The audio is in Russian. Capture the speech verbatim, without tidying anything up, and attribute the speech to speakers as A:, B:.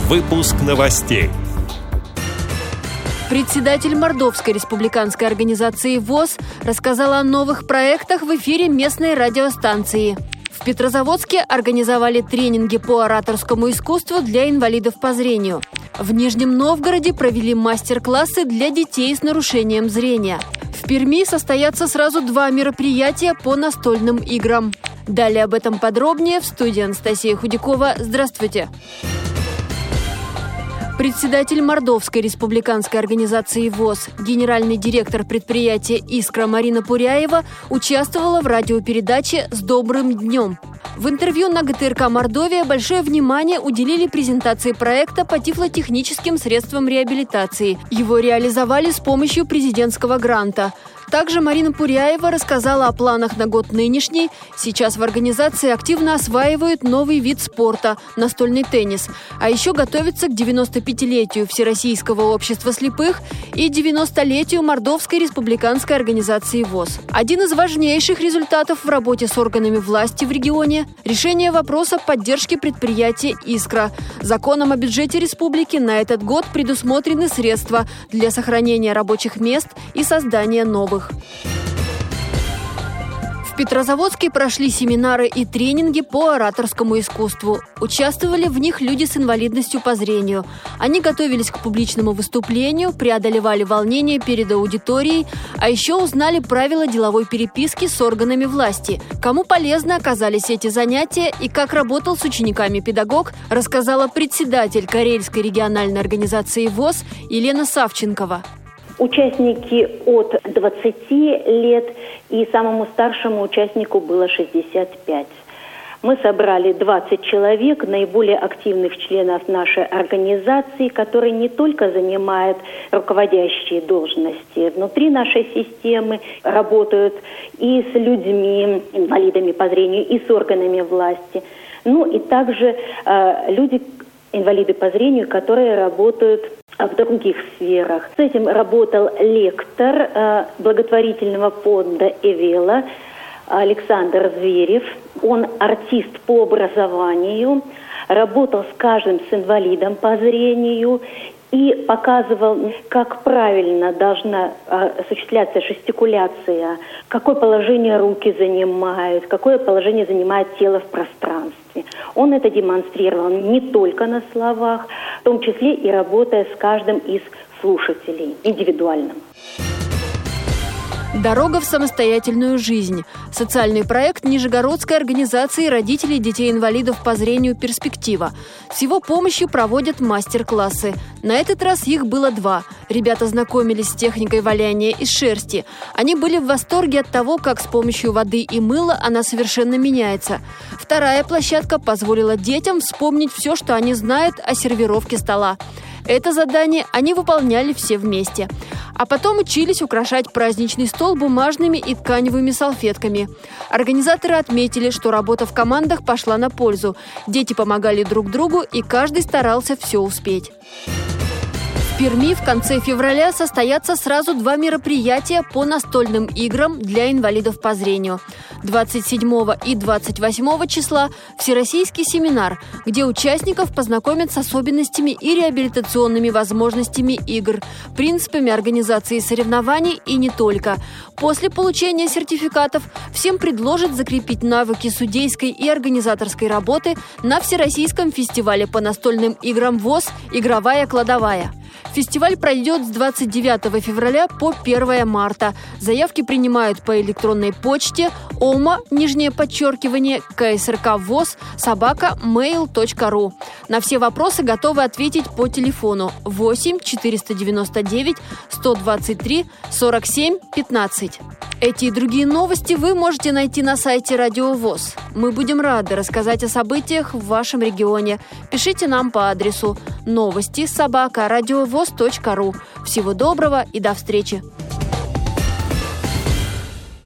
A: Выпуск новостей.
B: Председатель Мордовской республиканской организации ВОС рассказал о новых проектах в эфире местной радиостанции. В Петрозаводске организовали тренинги по ораторскому искусству для инвалидов по зрению. В Нижнем Новгороде провели мастер-классы для детей с нарушением зрения. В Перми состоятся сразу два мероприятия по настольным играм. Далее об этом подробнее в студии Анастасия Худякова. Здравствуйте! Председатель Мордовской республиканской организации ВОС, генеральный директор предприятия «Искра» Марина Пуряева участвовала в радиопередаче «С добрым днем». В интервью на ГТРК «Мордовия» большое внимание уделили презентации проекта по тифлотехническим средствам реабилитации. Его реализовали с помощью президентского гранта. Также Марина Пуряева рассказала о планах на год нынешний. Сейчас в организации активно осваивают новый вид спорта – настольный теннис. А еще готовятся к девяностопятилетию Всероссийского общества слепых и девяностолетию Мордовской республиканской организации ВОС. Один из важнейших результатов в работе с органами власти в регионе – решение вопроса поддержки предприятия «Искра». Законом о бюджете республики на этот год предусмотрены средства для сохранения рабочих мест и создания новых. В Петрозаводске прошли семинары и тренинги по ораторскому искусству. Участвовали в них люди с инвалидностью по зрению. Они готовились к публичному выступлению, преодолевали волнение перед аудиторией, а еще узнали правила деловой переписки с органами власти. Кому полезны оказались эти занятия и как работал с учениками педагог, рассказала председатель Карельской региональной организации ВОС Елена Савченкова.
C: Участники от двадцати лет и самому старшему участнику было шестьдесят пять. Мы собрали двадцать человек, наиболее активных членов нашей организации, которые не только занимают руководящие должности внутри нашей системы, работают и с людьми, инвалидами по зрению, и с органами власти. Ну и также э, люди, инвалиды по зрению, которые работают в других сферах. С этим работал лектор э, благотворительного фонда «Эвела» Александр Зверев. Он артист по образованию, работал с каждым с инвалидом по зрению и показывал, как правильно должна э, осуществляться жестикуляция, какое положение руки занимают, какое положение занимает тело в пространстве. Он это демонстрировал не только на словах, в том числе и работая с каждым из слушателей индивидуально.
B: «Дорога в самостоятельную жизнь» – социальный проект Нижегородской организации родителей детей-инвалидов по зрению «Перспектива». С его помощью проводят мастер-классы. На этот раз их было два. Ребята знакомились с техникой валяния из шерсти. Они были в восторге от того, как с помощью воды и мыла она совершенно меняется. Вторая площадка позволила детям вспомнить все, что они знают о сервировке стола. Это задание они выполняли все вместе. А потом учились украшать праздничный стол бумажными и тканевыми салфетками. Организаторы отметили, что работа в командах пошла на пользу. Дети помогали друг другу, и каждый старался все успеть. В Перми в конце февраля состоятся сразу два мероприятия по настольным играм для инвалидов по зрению. двадцать седьмого и двадцать восьмого числа всероссийский семинар, где участников познакомят с особенностями и реабилитационными возможностями игр, принципами организации соревнований и не только. После получения сертификатов всем предложат закрепить навыки судейской и организаторской работы на Всероссийском фестивале по настольным играм ВОС «Игровая кладовая». Фестиваль пройдет с двадцать девятого февраля по первое марта. Заявки принимают по электронной почте ома, нижнее подчеркивание, КСРК-ВОС, собака, mail точка ру. На все вопросы готовы ответить по телефону восемь четыреста девяносто девять сто двадцать три сорок семь пятнадцать. Эти и другие новости вы можете найти на сайте Радио ВОС. Мы будем рады рассказать о событиях в вашем регионе. Пишите нам по адресу новости собака радиовос точка ру. Всего доброго и до встречи!